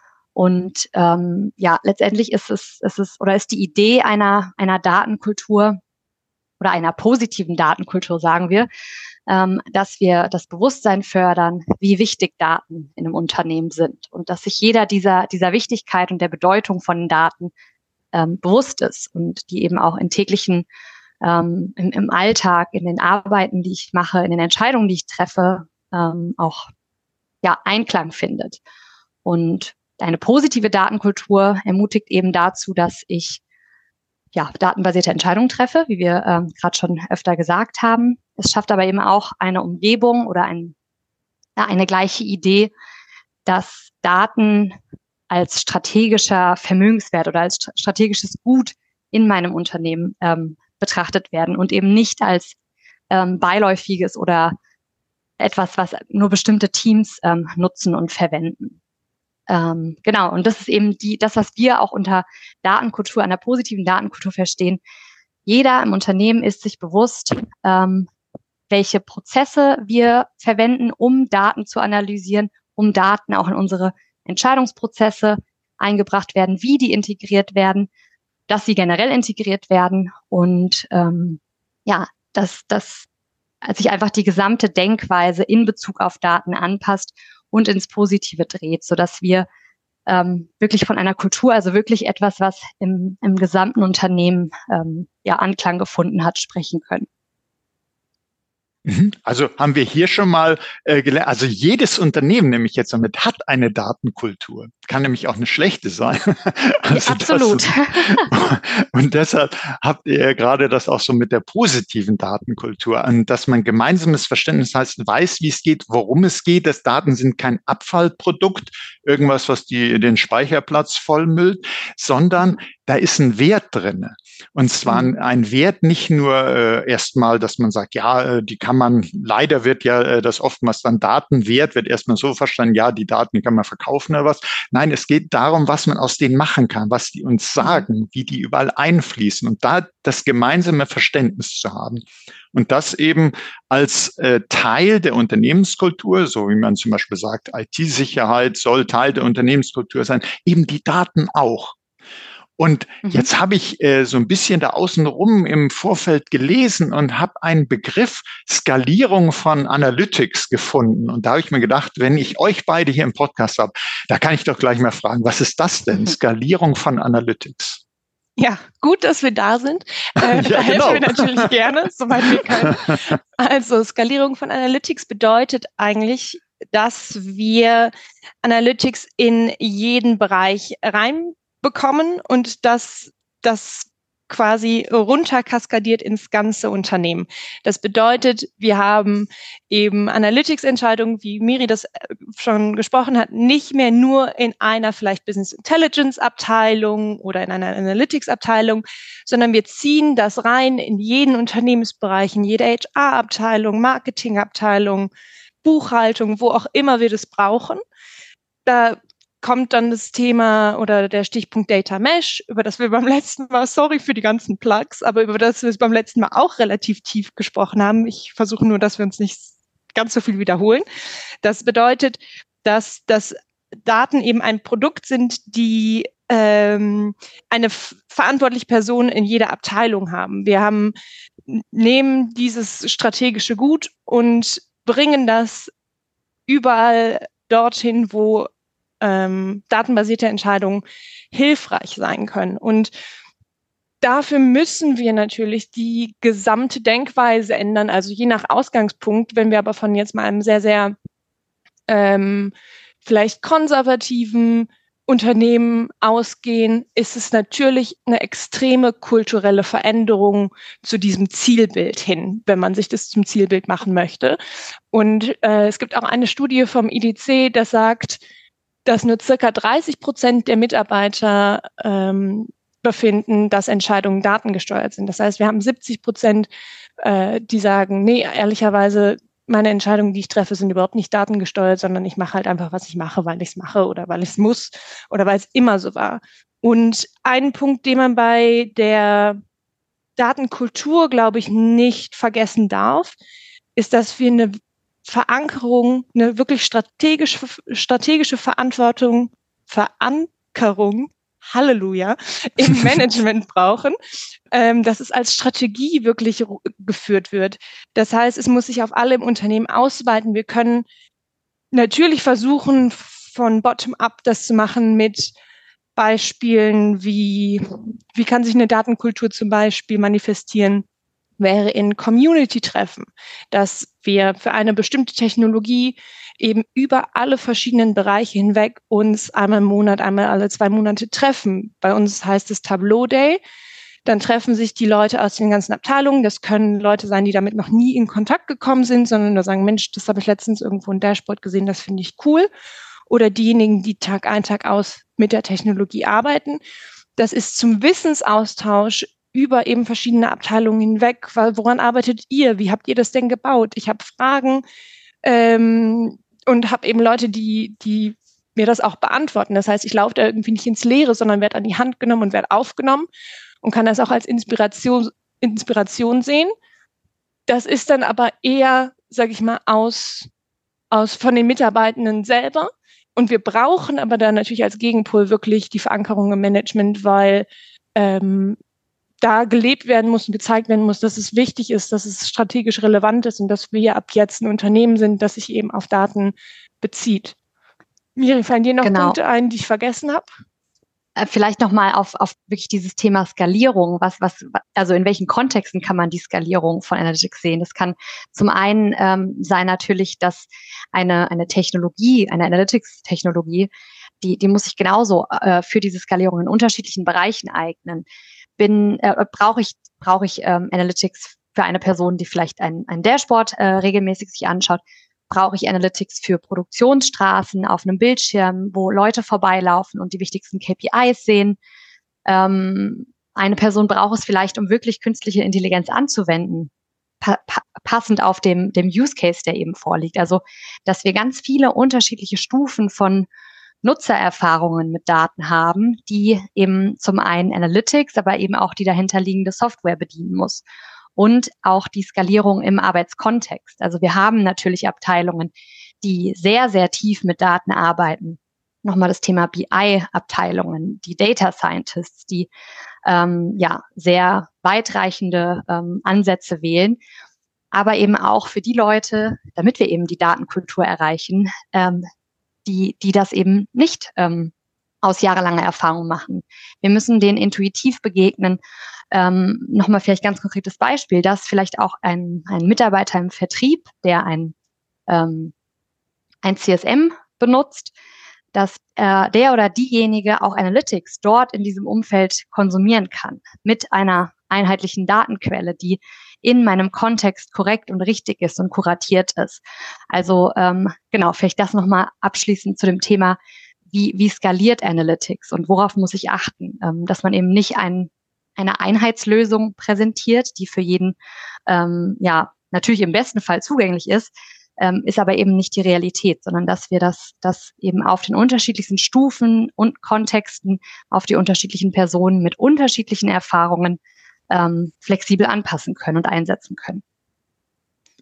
Und letztendlich ist die Idee einer Datenkultur oder einer positiven Datenkultur, sagen wir, dass wir das Bewusstsein fördern, wie wichtig Daten in einem Unternehmen sind und dass sich jeder dieser Wichtigkeit und der Bedeutung von Daten bewusst ist und die eben auch in täglichen, im Alltag, in den Arbeiten, die ich mache, in den Entscheidungen, die ich treffe, auch Einklang findet. Und eine positive Datenkultur ermutigt eben dazu, dass ich datenbasierte Entscheidungen treffe, wie wir gerade schon öfter gesagt haben. Es schafft aber eben auch eine Umgebung oder eine gleiche Idee, dass Daten als strategischer Vermögenswert oder als strategisches Gut in meinem Unternehmen betrachtet werden und eben nicht als beiläufiges oder etwas, was nur bestimmte Teams nutzen und verwenden. Genau, und das ist eben das, was wir auch unter Datenkultur, einer positiven Datenkultur verstehen. Jeder im Unternehmen ist sich bewusst, welche Prozesse wir verwenden, um Daten zu analysieren, um Daten auch in unsere Entscheidungsprozesse eingebracht werden, wie die integriert werden, dass sie generell integriert werden und dass sich einfach die gesamte Denkweise in Bezug auf Daten anpasst und ins Positive dreht, sodass wir wirklich von einer Kultur, also wirklich etwas, was im gesamten Unternehmen Anklang gefunden hat, sprechen können. Also haben wir hier schon mal gelernt, also jedes Unternehmen, nämlich jetzt damit, hat eine Datenkultur. Kann nämlich auch eine schlechte sein. Also absolut. Und deshalb habt ihr gerade das auch so mit der positiven Datenkultur, an dass man gemeinsames Verständnis heißt, weiß, wie es geht, worum es geht. Das Daten sind kein Abfallprodukt, irgendwas, was den Speicherplatz vollmüllt, sondern da ist ein Wert drin. Und zwar ein Wert nicht nur erstmal, dass man sagt, die kann man, leider wird das oftmals dann Datenwert, wird erstmal so verstanden, die Daten, die kann man verkaufen oder was. Nein, es geht darum, was man aus denen machen kann, was die uns sagen, wie die überall einfließen und da das gemeinsame Verständnis zu haben. Und das eben als Teil der Unternehmenskultur, so wie man zum Beispiel sagt, IT-Sicherheit soll Teil der Unternehmenskultur sein, eben die Daten auch. Und jetzt habe ich so ein bisschen da außenrum im Vorfeld gelesen und habe einen Begriff Skalierung von Analytics gefunden. Und da habe ich mir gedacht, wenn ich euch beide hier im Podcast habe, da kann ich doch gleich mal fragen, was ist das denn? Skalierung von Analytics. Ja, gut, dass wir da sind. Da helfen wir natürlich gerne, soweit wir können. Also Skalierung von Analytics bedeutet eigentlich, dass wir Analytics in jeden Bereich reinbekommen und dass das quasi runterkaskadiert ins ganze Unternehmen. Das bedeutet, wir haben eben Analytics-Entscheidungen, wie Miri das schon gesprochen hat, nicht mehr nur in einer vielleicht Business Intelligence-Abteilung oder in einer Analytics-Abteilung, sondern wir ziehen das rein in jeden Unternehmensbereich, in jede HR-Abteilung, Marketing-Abteilung, Buchhaltung, wo auch immer wir das brauchen. Da kommt dann das Thema oder der Stichpunkt Data Mesh, über das wir beim letzten Mal, sorry für die ganzen Plugs, aber über das wir beim letzten Mal auch relativ tief gesprochen haben. Ich versuche nur, dass wir uns nicht ganz so viel wiederholen. Das bedeutet, dass Daten eben ein Produkt sind, die eine verantwortliche Person in jeder Abteilung haben. Wir nehmen dieses strategische Gut und bringen das überall dorthin, wo datenbasierte Entscheidungen hilfreich sein können. Und dafür müssen wir natürlich die gesamte Denkweise ändern, also je nach Ausgangspunkt. Wenn wir aber von jetzt mal einem sehr, sehr vielleicht konservativen Unternehmen ausgehen, ist es natürlich eine extreme kulturelle Veränderung zu diesem Zielbild hin, wenn man sich das zum Zielbild machen möchte. Und es gibt auch eine Studie vom IDC, das sagt, dass nur circa 30% der Mitarbeiter befinden, dass Entscheidungen datengesteuert sind. Das heißt, wir haben 70%, die sagen, nee, ehrlicherweise, meine Entscheidungen, die ich treffe, sind überhaupt nicht datengesteuert, sondern ich mache halt einfach, was ich mache, weil ich es mache oder weil ich es muss oder weil es immer so war. Und ein Punkt, den man bei der Datenkultur, glaube ich, nicht vergessen darf, ist, dass wir eine Verankerung, eine wirklich strategische Verankerung, Halleluja, im Management brauchen, dass es als Strategie wirklich geführt wird. Das heißt, es muss sich auf alle im Unternehmen ausweiten. Wir können natürlich versuchen, von bottom-up das zu machen mit Beispielen, wie kann sich eine Datenkultur zum Beispiel manifestieren, wäre in Community-Treffen, dass wir für eine bestimmte Technologie eben über alle verschiedenen Bereiche hinweg uns einmal im Monat, einmal alle 2 Monate treffen. Bei uns heißt es Tableau Day. Dann treffen sich die Leute aus den ganzen Abteilungen. Das können Leute sein, die damit noch nie in Kontakt gekommen sind, sondern nur sagen, Mensch, das habe ich letztens irgendwo im Dashboard gesehen, das finde ich cool. Oder diejenigen, die Tag ein, Tag aus mit der Technologie arbeiten. Das ist zum Wissensaustausch über eben verschiedene Abteilungen hinweg. Woran arbeitet ihr? Wie habt ihr das denn gebaut? Ich habe Fragen und habe eben Leute, die mir das auch beantworten. Das heißt, ich laufe da irgendwie nicht ins Leere, sondern werde an die Hand genommen und werde aufgenommen und kann das auch als Inspiration sehen. Das ist dann aber eher, sage ich mal, aus von den Mitarbeitenden selber. Und wir brauchen aber dann natürlich als Gegenpol wirklich die Verankerung im Management, weil da gelebt werden muss und gezeigt werden muss, dass es wichtig ist, dass es strategisch relevant ist und dass wir ab jetzt ein Unternehmen sind, das sich eben auf Daten bezieht. Miri, fallen dir noch Punkte ein, die ich vergessen habe? Vielleicht nochmal auf wirklich dieses Thema Skalierung. Also in welchen Kontexten kann man die Skalierung von Analytics sehen? Das kann zum einen sein natürlich, dass eine Technologie, eine Analytics-Technologie, die muss sich genauso für diese Skalierung in unterschiedlichen Bereichen eignen. Brauche ich Analytics für eine Person, die vielleicht ein Dashboard regelmäßig sich anschaut? Brauche ich Analytics für Produktionsstraßen auf einem Bildschirm, wo Leute vorbeilaufen und die wichtigsten KPIs sehen? Eine Person braucht es vielleicht, um wirklich künstliche Intelligenz anzuwenden, passend auf dem Use Case, der eben vorliegt. Also, dass wir ganz viele unterschiedliche Stufen von Nutzererfahrungen mit Daten haben, die eben zum einen Analytics, aber eben auch die dahinterliegende Software bedienen muss. Und auch die Skalierung im Arbeitskontext. Also wir haben natürlich Abteilungen, die sehr, sehr tief mit Daten arbeiten. Nochmal das Thema BI-Abteilungen, die Data Scientists, die sehr weitreichende Ansätze wählen. Aber eben auch für die Leute, damit wir eben die Datenkultur erreichen, die das eben nicht aus jahrelanger Erfahrung machen. Wir müssen denen intuitiv begegnen. Nochmal vielleicht ganz konkretes Beispiel, dass vielleicht auch ein Mitarbeiter im Vertrieb, der ein CSM benutzt, dass der oder diejenige auch Analytics dort in diesem Umfeld konsumieren kann, mit einer einheitlichen Datenquelle, die in meinem Kontext korrekt und richtig ist und kuratiert ist. Also vielleicht das nochmal abschließend zu dem Thema, wie skaliert Analytics und worauf muss ich achten, dass man eben nicht eine Einheitslösung präsentiert, die für jeden natürlich im besten Fall zugänglich ist aber eben nicht die Realität, sondern dass wir das eben auf den unterschiedlichsten Stufen und Kontexten, auf die unterschiedlichen Personen mit unterschiedlichen Erfahrungen flexibel anpassen können und einsetzen können.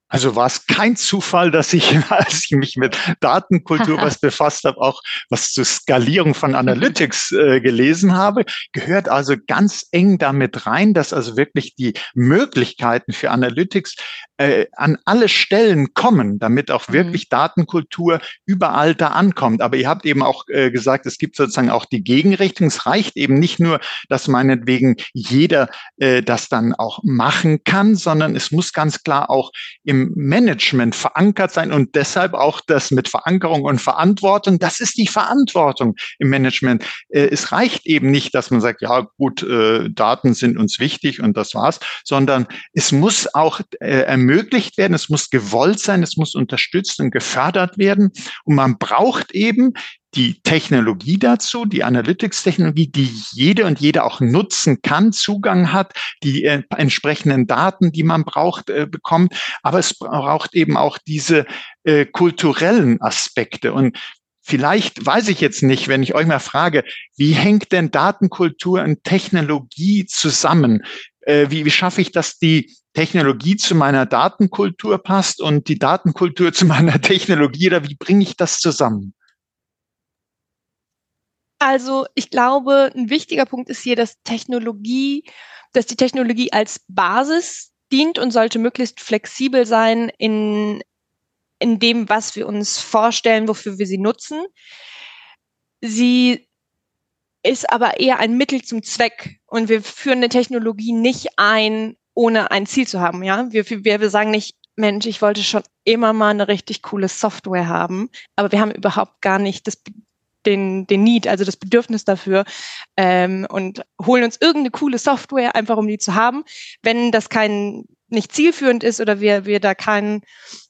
Also war es kein Zufall, dass ich, als ich mich mit Datenkultur was befasst habe, auch was zur Skalierung von Analytics gelesen habe. Gehört also ganz eng damit rein, dass also wirklich die Möglichkeiten für Analytics an alle Stellen kommen, damit auch wirklich Datenkultur überall da ankommt. Aber ihr habt eben auch gesagt, es gibt sozusagen auch die Gegenrichtung. Es reicht eben nicht nur, dass meinetwegen jeder das dann auch machen kann, sondern es muss ganz klar auch im Management verankert sein und deshalb auch das mit Verankerung und Verantwortung. Das ist die Verantwortung im Management. Es reicht eben nicht, dass man sagt, ja gut, Daten sind uns wichtig und das war's, sondern es muss auch ermöglicht werden, es muss gewollt sein, es muss unterstützt und gefördert werden und man braucht eben die Technologie dazu, die Analytics-Technologie, die jede und jeder auch nutzen kann, Zugang hat, die entsprechenden Daten, die man braucht, bekommt. Aber es braucht eben auch diese kulturellen Aspekte. Und vielleicht weiß ich jetzt nicht, wenn ich euch mal frage, wie hängt denn Datenkultur und Technologie zusammen? Wie schaffe ich, dass die Technologie zu meiner Datenkultur passt und die Datenkultur zu meiner Technologie? Oder wie bringe ich das zusammen? Also ich glaube, ein wichtiger Punkt ist hier, dass die Technologie als Basis dient und sollte möglichst flexibel sein in dem, was wir uns vorstellen, wofür wir sie nutzen. Sie ist aber eher ein Mittel zum Zweck und wir führen eine Technologie nicht ein, ohne ein Ziel zu haben. Ja, wir sagen nicht, Mensch, ich wollte schon immer mal eine richtig coole Software haben, aber wir haben überhaupt gar nicht den Need, also das Bedürfnis dafür und holen uns irgendeine coole Software, einfach um die zu haben. Wenn das nicht zielführend ist oder wir da wenn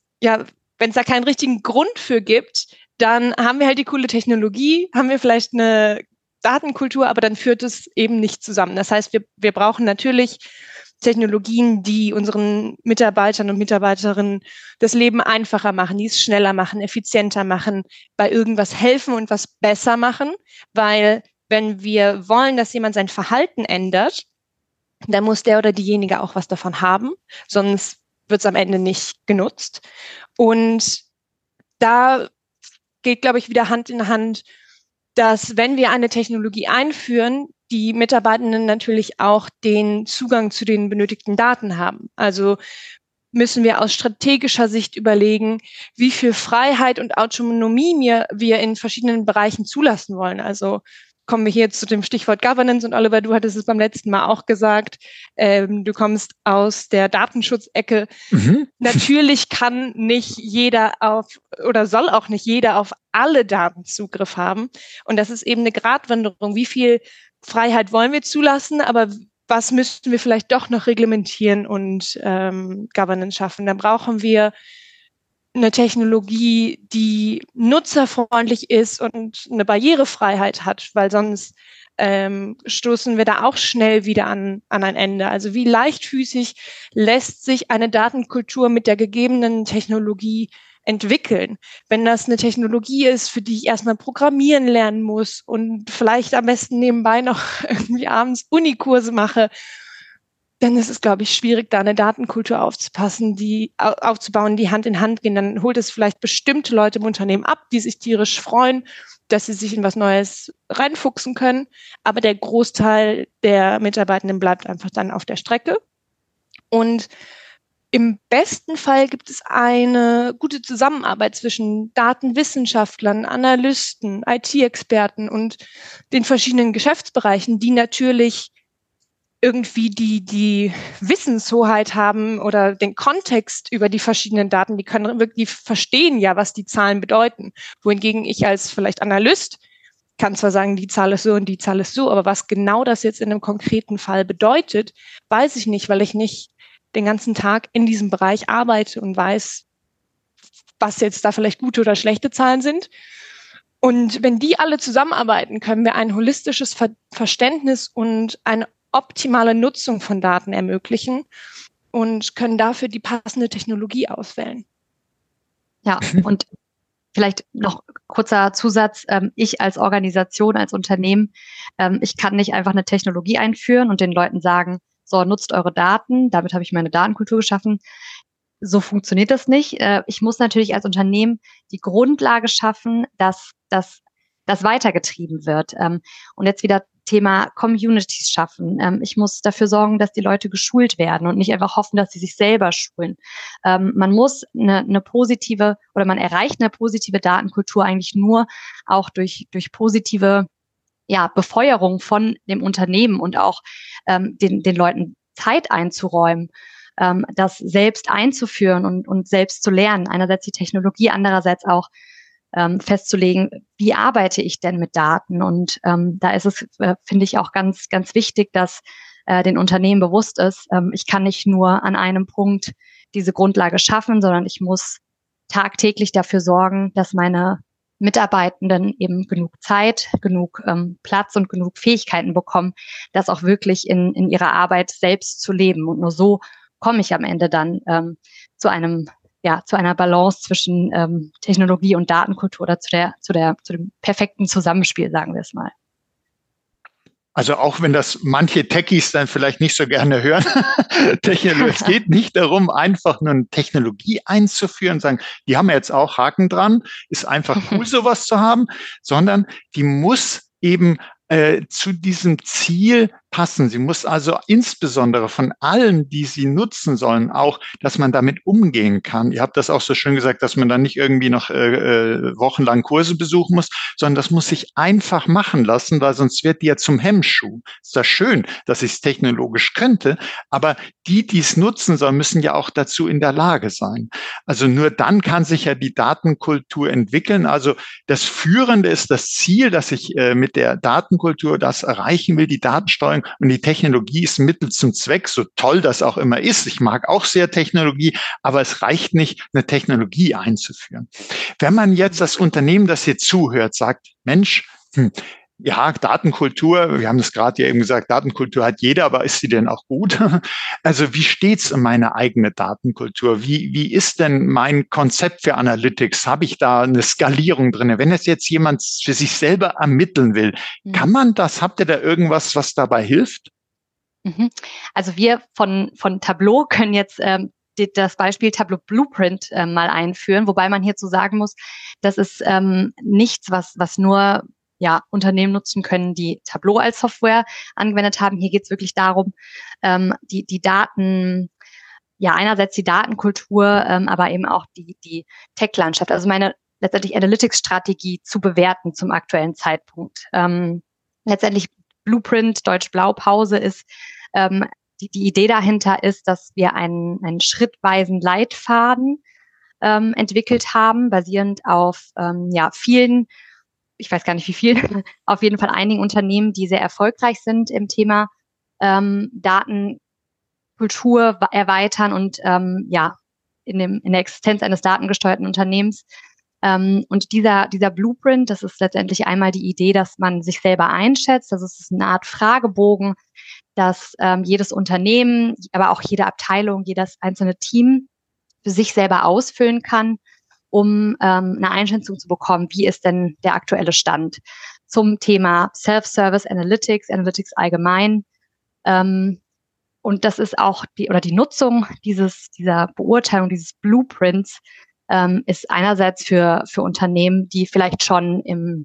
es da keinen richtigen Grund für gibt, dann haben wir halt die coole Technologie, haben wir vielleicht eine Datenkultur, aber dann führt es eben nicht zusammen. Das heißt, wir brauchen natürlich Technologien, die unseren Mitarbeitern und Mitarbeiterinnen das Leben einfacher machen, die es schneller machen, effizienter machen, bei irgendwas helfen und was besser machen. Weil wenn wir wollen, dass jemand sein Verhalten ändert, dann muss der oder diejenige auch was davon haben, sonst wird es am Ende nicht genutzt. Und da geht, glaube ich, wieder Hand in Hand, dass wenn wir eine Technologie einführen, die Mitarbeitenden natürlich auch den Zugang zu den benötigten Daten haben. Also müssen wir aus strategischer Sicht überlegen, wie viel Freiheit und Autonomie wir in verschiedenen Bereichen zulassen wollen. Also kommen wir hier zu dem Stichwort Governance und Oliver, du hattest es beim letzten Mal auch gesagt, du kommst aus der Datenschutzecke. Natürlich kann nicht jeder soll auch nicht jeder auf alle Daten Zugriff haben. Und das ist eben eine Gratwanderung. Wie viel Freiheit wollen wir zulassen, aber was müssten wir vielleicht doch noch reglementieren und Governance schaffen? Da brauchen wir eine Technologie, die nutzerfreundlich ist und eine Barrierefreiheit hat, weil sonst stoßen wir da auch schnell wieder an ein Ende. Also wie leichtfüßig lässt sich eine Datenkultur mit der gegebenen Technologie entwickeln? Wenn das eine Technologie ist, für die ich erstmal programmieren lernen muss und vielleicht am besten nebenbei noch irgendwie abends Unikurse mache, dann ist es, glaube ich, schwierig, da eine Datenkultur aufzubauen, die Hand in Hand gehen. Dann holt es vielleicht bestimmte Leute im Unternehmen ab, die sich tierisch freuen, dass sie sich in was Neues reinfuchsen können. Aber der Großteil der Mitarbeitenden bleibt einfach dann auf der Strecke. Und im besten Fall gibt es eine gute Zusammenarbeit zwischen Datenwissenschaftlern, Analysten, IT-Experten und den verschiedenen Geschäftsbereichen, die natürlich irgendwie die Wissenshoheit haben oder den Kontext über die verschiedenen Daten, die können wirklich verstehen ja, was die Zahlen bedeuten. Wohingegen ich als vielleicht Analyst kann zwar sagen, die Zahl ist so und die Zahl ist so, aber was genau das jetzt in einem konkreten Fall bedeutet, weiß ich nicht, weil ich nicht den ganzen Tag in diesem Bereich arbeite und weiß, was jetzt da vielleicht gute oder schlechte Zahlen sind. Und wenn die alle zusammenarbeiten, können wir ein holistisches Verständnis und eine optimale Nutzung von Daten ermöglichen und können dafür die passende Technologie auswählen. Ja, und vielleicht noch kurzer Zusatz. Ich als Organisation, als Unternehmen, ich kann nicht einfach eine Technologie einführen und den Leuten sagen, so, nutzt eure Daten, damit habe ich meine Datenkultur geschaffen. so funktioniert das nicht. Ich muss natürlich als Unternehmen die Grundlage schaffen, dass das weitergetrieben wird. Und jetzt wieder Thema Communities schaffen. Ich muss dafür sorgen, dass die Leute geschult werden und nicht einfach hoffen, dass sie sich selber schulen. Man muss eine positive oder man erreicht eine positive Datenkultur eigentlich nur auch durch positive Befeuerung von dem Unternehmen und auch den Leuten Zeit einzuräumen, das selbst einzuführen und selbst zu lernen. Einerseits die Technologie, andererseits auch festzulegen, wie arbeite ich denn mit Daten? Und da ist es, finde ich, auch ganz, ganz wichtig, dass den Unternehmen bewusst ist, ich kann nicht nur an einem Punkt diese Grundlage schaffen, sondern ich muss tagtäglich dafür sorgen, dass meine Mitarbeitenden eben genug Zeit, genug Platz und genug Fähigkeiten bekommen, das auch wirklich in ihrer Arbeit selbst zu leben. Und nur so komme ich am Ende dann zu einer Balance zwischen Technologie und Datenkultur oder zu dem perfekten Zusammenspiel, sagen wir es mal. Also auch wenn das manche Techies dann vielleicht nicht so gerne hören, es geht nicht darum, einfach nur eine Technologie einzuführen, sagen, die haben jetzt auch Haken dran, ist einfach cool, sowas zu haben, sondern die muss eben zu diesem Ziel passen. Sie muss also insbesondere von allen, die sie nutzen sollen, auch, dass man damit umgehen kann. Ihr habt das auch so schön gesagt, dass man dann nicht irgendwie noch wochenlang Kurse besuchen muss, sondern das muss sich einfach machen lassen, weil sonst wird die ja zum Hemmschuh. Ist das schön, dass ich es technologisch könnte, aber die es nutzen sollen, müssen ja auch dazu in der Lage sein. Also nur dann kann sich ja die Datenkultur entwickeln. Also das Führende ist das Ziel, dass ich mit der Datenkultur das erreichen will, die Datensteuerung, und die Technologie ist Mittel zum Zweck, so toll das auch immer ist. Ich mag auch sehr Technologie, aber es reicht nicht, eine Technologie einzuführen. Wenn man jetzt das Unternehmen, das hier zuhört, sagt, Mensch, ja, Datenkultur, wir haben das gerade ja eben gesagt, Datenkultur hat jeder, aber ist sie denn auch gut? Also wie steht's um meine eigene Datenkultur? Wie ist denn mein Konzept für Analytics? Habe ich da eine Skalierung drin? Wenn es jetzt jemand für sich selber ermitteln will, kann man das? Habt ihr da irgendwas, was dabei hilft? Also wir von Tableau können jetzt das Beispiel Tableau Blueprint mal einführen, wobei man hierzu sagen muss, das ist nichts, was nur Unternehmen nutzen können, die Tableau als Software angewendet haben. Hier geht es wirklich darum, die Daten, einerseits die Datenkultur, aber eben auch die Tech-Landschaft, also meine letztendlich Analytics-Strategie zu bewerten zum aktuellen Zeitpunkt. Letztendlich Blueprint, Deutsch Blaupause ist, die Idee dahinter ist, dass wir einen schrittweisen Leitfaden entwickelt haben, basierend auf vielen, ich weiß gar nicht wie viel, auf jeden Fall einigen Unternehmen, die sehr erfolgreich sind im Thema Datenkultur erweitern und in der Existenz eines datengesteuerten Unternehmens. Und dieser Blueprint, das ist letztendlich einmal die Idee, dass man sich selber einschätzt. Das ist eine Art Fragebogen, dass jedes Unternehmen, aber auch jede Abteilung, jedes einzelne Team für sich selber ausfüllen kann, um eine Einschätzung zu bekommen, wie ist denn der aktuelle Stand zum Thema Self-Service Analytics allgemein. Und das ist auch die Nutzung dieser Beurteilung, dieses Blueprints, ist einerseits für Unternehmen, die vielleicht schon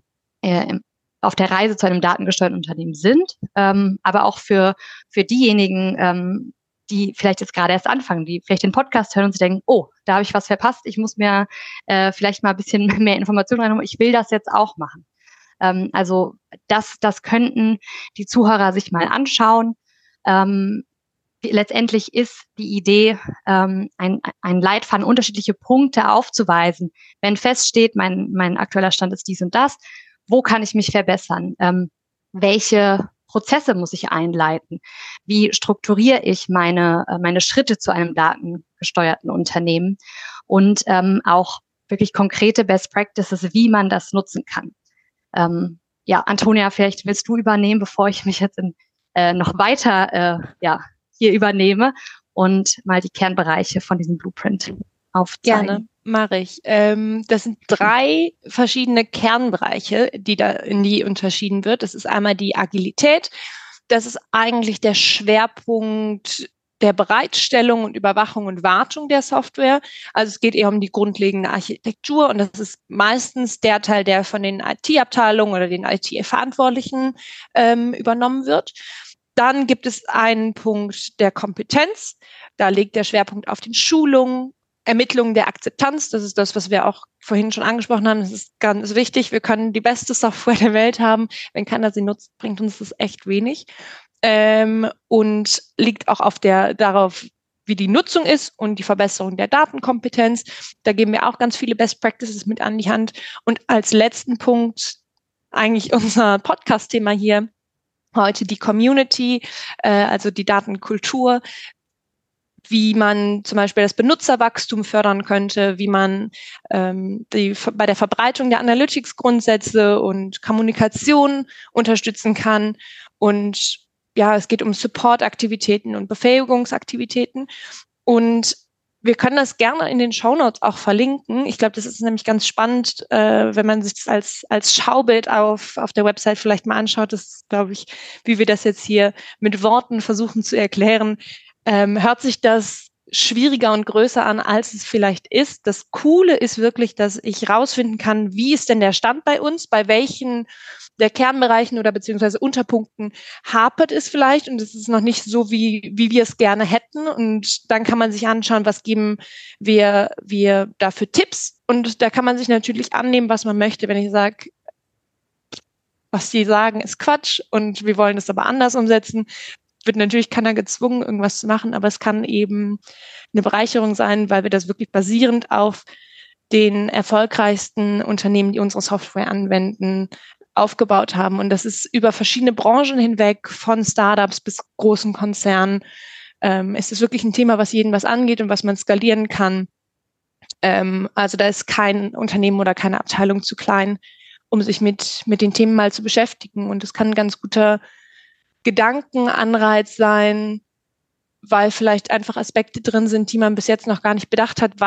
auf der Reise zu einem datengesteuerten Unternehmen sind, aber auch für diejenigen, die vielleicht jetzt gerade erst anfangen, die vielleicht den Podcast hören und sie denken, oh, da habe ich was verpasst, ich muss mir vielleicht mal ein bisschen mehr Informationen reinholen, ich will das jetzt auch machen. Also das könnten die Zuhörer sich mal anschauen. Letztendlich ist die Idee, ein Leitfaden, unterschiedliche Punkte aufzuweisen. Wenn feststeht, mein aktueller Stand ist dies und das, wo kann ich mich verbessern? Welche Prozesse muss ich einleiten? Wie strukturiere ich meine Schritte zu einem datengesteuerten Unternehmen? Und auch wirklich konkrete Best Practices, wie man das nutzen kann. Antonia, vielleicht willst du übernehmen, bevor ich mich jetzt noch weiter hier übernehme und mal die Kernbereiche von diesem Blueprint aufzeigen. Gerne, mache ich. Das sind 3 verschiedene Kernbereiche, in die unterschieden wird. Das ist einmal die Agilität. Das ist eigentlich der Schwerpunkt der Bereitstellung und Überwachung und Wartung der Software. Also es geht eher um die grundlegende Architektur und das ist meistens der Teil, der von den IT-Abteilungen oder den IT-Verantwortlichen übernommen wird. Dann gibt es einen Punkt der Kompetenz. Da liegt der Schwerpunkt auf den Schulungen, Ermittlungen der Akzeptanz. Das ist das, was wir auch vorhin schon angesprochen haben. Das ist ganz wichtig. Wir können die beste Software der Welt haben. Wenn keiner sie nutzt, bringt uns das echt wenig. Und liegt auch darauf, wie die Nutzung ist und die Verbesserung der Datenkompetenz. Da geben wir auch ganz viele Best Practices mit an die Hand. Und als letzten Punkt eigentlich unser Podcast-Thema hier heute, die Community, also die Datenkultur, wie man zum Beispiel das Benutzerwachstum fördern könnte, wie man bei der Verbreitung der Analytics-Grundsätze und Kommunikation unterstützen kann. Und ja, es geht um Support-Aktivitäten und Befähigungsaktivitäten. Und wir können das gerne in den Shownotes auch verlinken. Ich glaube, das ist nämlich ganz spannend, wenn man sich das als Schaubild auf der Website vielleicht mal anschaut. Das ist, glaube ich, wie wir das jetzt hier mit Worten versuchen zu erklären, hört sich das schwieriger und größer an, als es vielleicht ist. Das Coole ist wirklich, dass ich rausfinden kann, wie ist denn der Stand bei uns, bei welchen der Kernbereichen oder beziehungsweise Unterpunkten hapert es vielleicht und es ist noch nicht so, wie wir es gerne hätten. Und dann kann man sich anschauen, was geben wir dafür Tipps. Und da kann man sich natürlich annehmen, was man möchte. Wenn ich sage, was die sagen, ist Quatsch und wir wollen es aber anders umsetzen, wird natürlich keiner gezwungen, irgendwas zu machen, aber es kann eben eine Bereicherung sein, weil wir das wirklich basierend auf den erfolgreichsten Unternehmen, die unsere Software anwenden, aufgebaut haben. Und das ist über verschiedene Branchen hinweg, von Startups bis großen Konzernen. Es ist wirklich ein Thema, was jeden was angeht und was man skalieren kann. Also da ist kein Unternehmen oder keine Abteilung zu klein, um sich mit den Themen mal zu beschäftigen. Und es kann ein ganz guter Gedankenanreiz sein, weil vielleicht einfach Aspekte drin sind, die man bis jetzt noch gar nicht bedacht hat,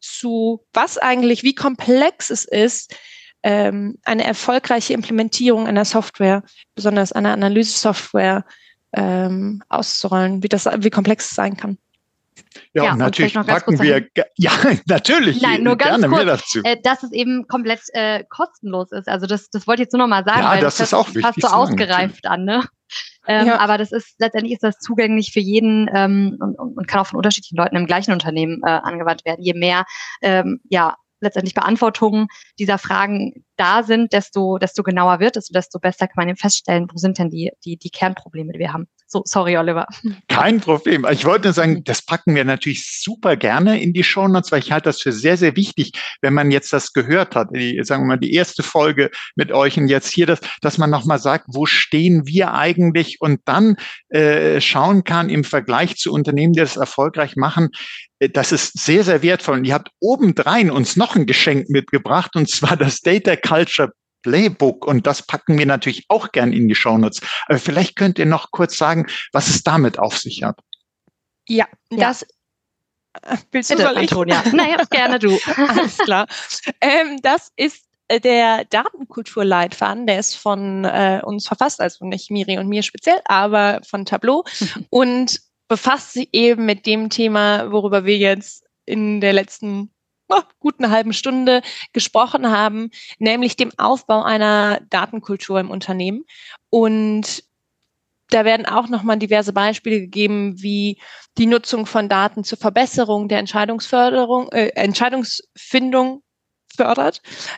wie komplex es ist, eine erfolgreiche Implementierung einer Software, besonders einer Analyse-Software, auszurollen, wie komplex es sein kann. Ja, und natürlich packen wir, natürlich, Nein, nur ganz gerne kurz, mehr dazu. Dass es eben komplett kostenlos ist. Also das wollte ich jetzt nur noch mal sagen, ja, weil das ist auch wichtig. Passt so ausgereift an, ne? Aber letztendlich ist das zugänglich für jeden und kann auch von unterschiedlichen Leuten im gleichen Unternehmen angewandt werden. Je mehr letztendlich Beantwortungen dieser Fragen da sind, desto genauer wird es, desto besser kann man eben feststellen, wo sind denn die Kernprobleme, die wir haben. So, sorry, Oliver. Kein Problem. Ich wollte nur sagen, das packen wir natürlich super gerne in die Shownotes, weil ich halte das für sehr, sehr wichtig, wenn man jetzt das gehört hat, sagen wir mal, die erste Folge mit euch und jetzt hier, dass man nochmal sagt, wo stehen wir eigentlich und dann schauen kann im Vergleich zu Unternehmen, die das erfolgreich machen. Das ist sehr, sehr wertvoll. Und ihr habt obendrein uns noch ein Geschenk mitgebracht, und zwar das Data Culture Playbook. Und das packen wir natürlich auch gern in die Shownotes. Aber vielleicht könnt ihr noch kurz sagen, was es damit auf sich hat. Ja, das willst du, bitte, soll ich? Antonia. Naja, gerne du. Alles klar. Das ist der Datenkulturleitfaden, der ist von uns verfasst, also nicht Miri und mir speziell, aber von Tableau und befasst sich eben mit dem Thema, worüber wir jetzt in der letzten guten halben Stunde gesprochen haben, nämlich dem Aufbau einer Datenkultur im Unternehmen. Und da werden auch nochmal diverse Beispiele gegeben, wie die Nutzung von Daten zur Verbesserung der Entscheidungsfindung fördert.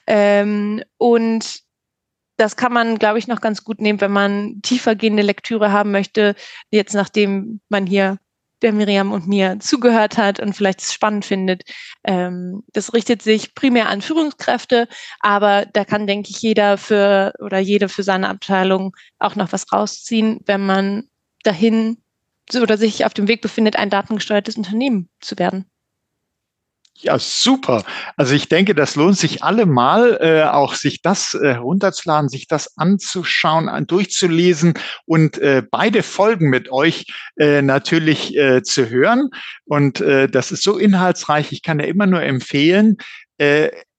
Und das kann man, glaube ich, noch ganz gut nehmen, wenn man tiefergehende Lektüre haben möchte, jetzt nachdem man hier der Miriam und mir zugehört hat und vielleicht es spannend findet. Das richtet sich primär an Führungskräfte, aber da kann, denke ich, jede für seine Abteilung auch noch was rausziehen, wenn man dahin oder sich auf dem Weg befindet, ein datengesteuertes Unternehmen zu werden. Ja, super. Also ich denke, das lohnt sich allemal, auch sich das runterzuladen, sich das anzuschauen, durchzulesen und beide Folgen mit euch natürlich zu hören. Und das ist so inhaltsreich. Ich kann ja immer nur empfehlen,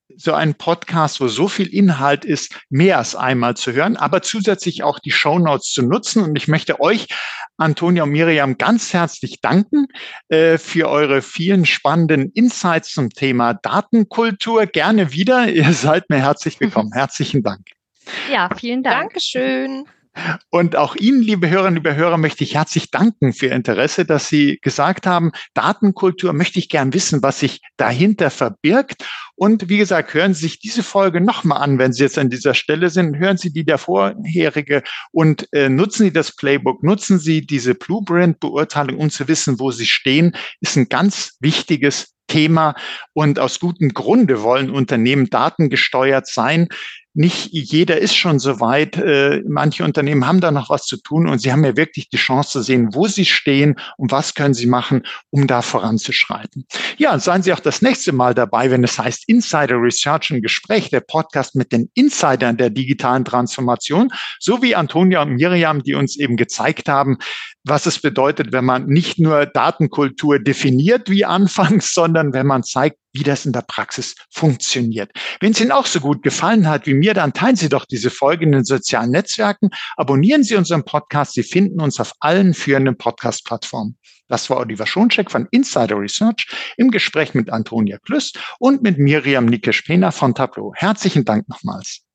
so einen Podcast, wo so viel Inhalt ist, mehr als einmal zu hören, aber zusätzlich auch die Shownotes zu nutzen. Und ich möchte euch, Antonia und Miriam, ganz herzlich danken für eure vielen spannenden Insights zum Thema Datenkultur. Gerne wieder. Ihr seid mir herzlich willkommen. Herzlichen Dank. Ja, vielen Dank. Dankeschön. Und auch Ihnen, liebe Hörerinnen, liebe Hörer, möchte ich herzlich danken für Ihr Interesse, dass Sie gesagt haben, Datenkultur, möchte ich gern wissen, was sich dahinter verbirgt. Und wie gesagt, hören Sie sich diese Folge nochmal an, wenn Sie jetzt an dieser Stelle sind. Hören Sie die der vorherige und nutzen Sie das Playbook, nutzen Sie diese Blueprint-Beurteilung, um zu wissen, wo Sie stehen. Ist ein ganz wichtiges Thema. Und aus gutem Grunde wollen Unternehmen datengesteuert sein. Nicht jeder ist schon so weit. Manche Unternehmen haben da noch was zu tun und sie haben ja wirklich die Chance zu sehen, wo sie stehen und was können sie machen, um da voranzuschreiten. Ja, seien Sie auch das nächste Mal dabei, wenn es heißt Insider Research im Gespräch, der Podcast mit den Insidern der digitalen Transformation, so wie Antonia und Miriam, die uns eben gezeigt haben, was es bedeutet, wenn man nicht nur Datenkultur definiert wie anfangs, sondern wenn man zeigt, wie das in der Praxis funktioniert. Wenn es Ihnen auch so gut gefallen hat wie mir, dann teilen Sie doch diese Folge in den sozialen Netzwerken, abonnieren Sie unseren Podcast, Sie finden uns auf allen führenden Podcast-Plattformen. Das war Oliver Schoncheck von Insider Research im Gespräch mit Antonia Klüst und mit Miriam Nikesh-Pena von Tableau. Herzlichen Dank nochmals.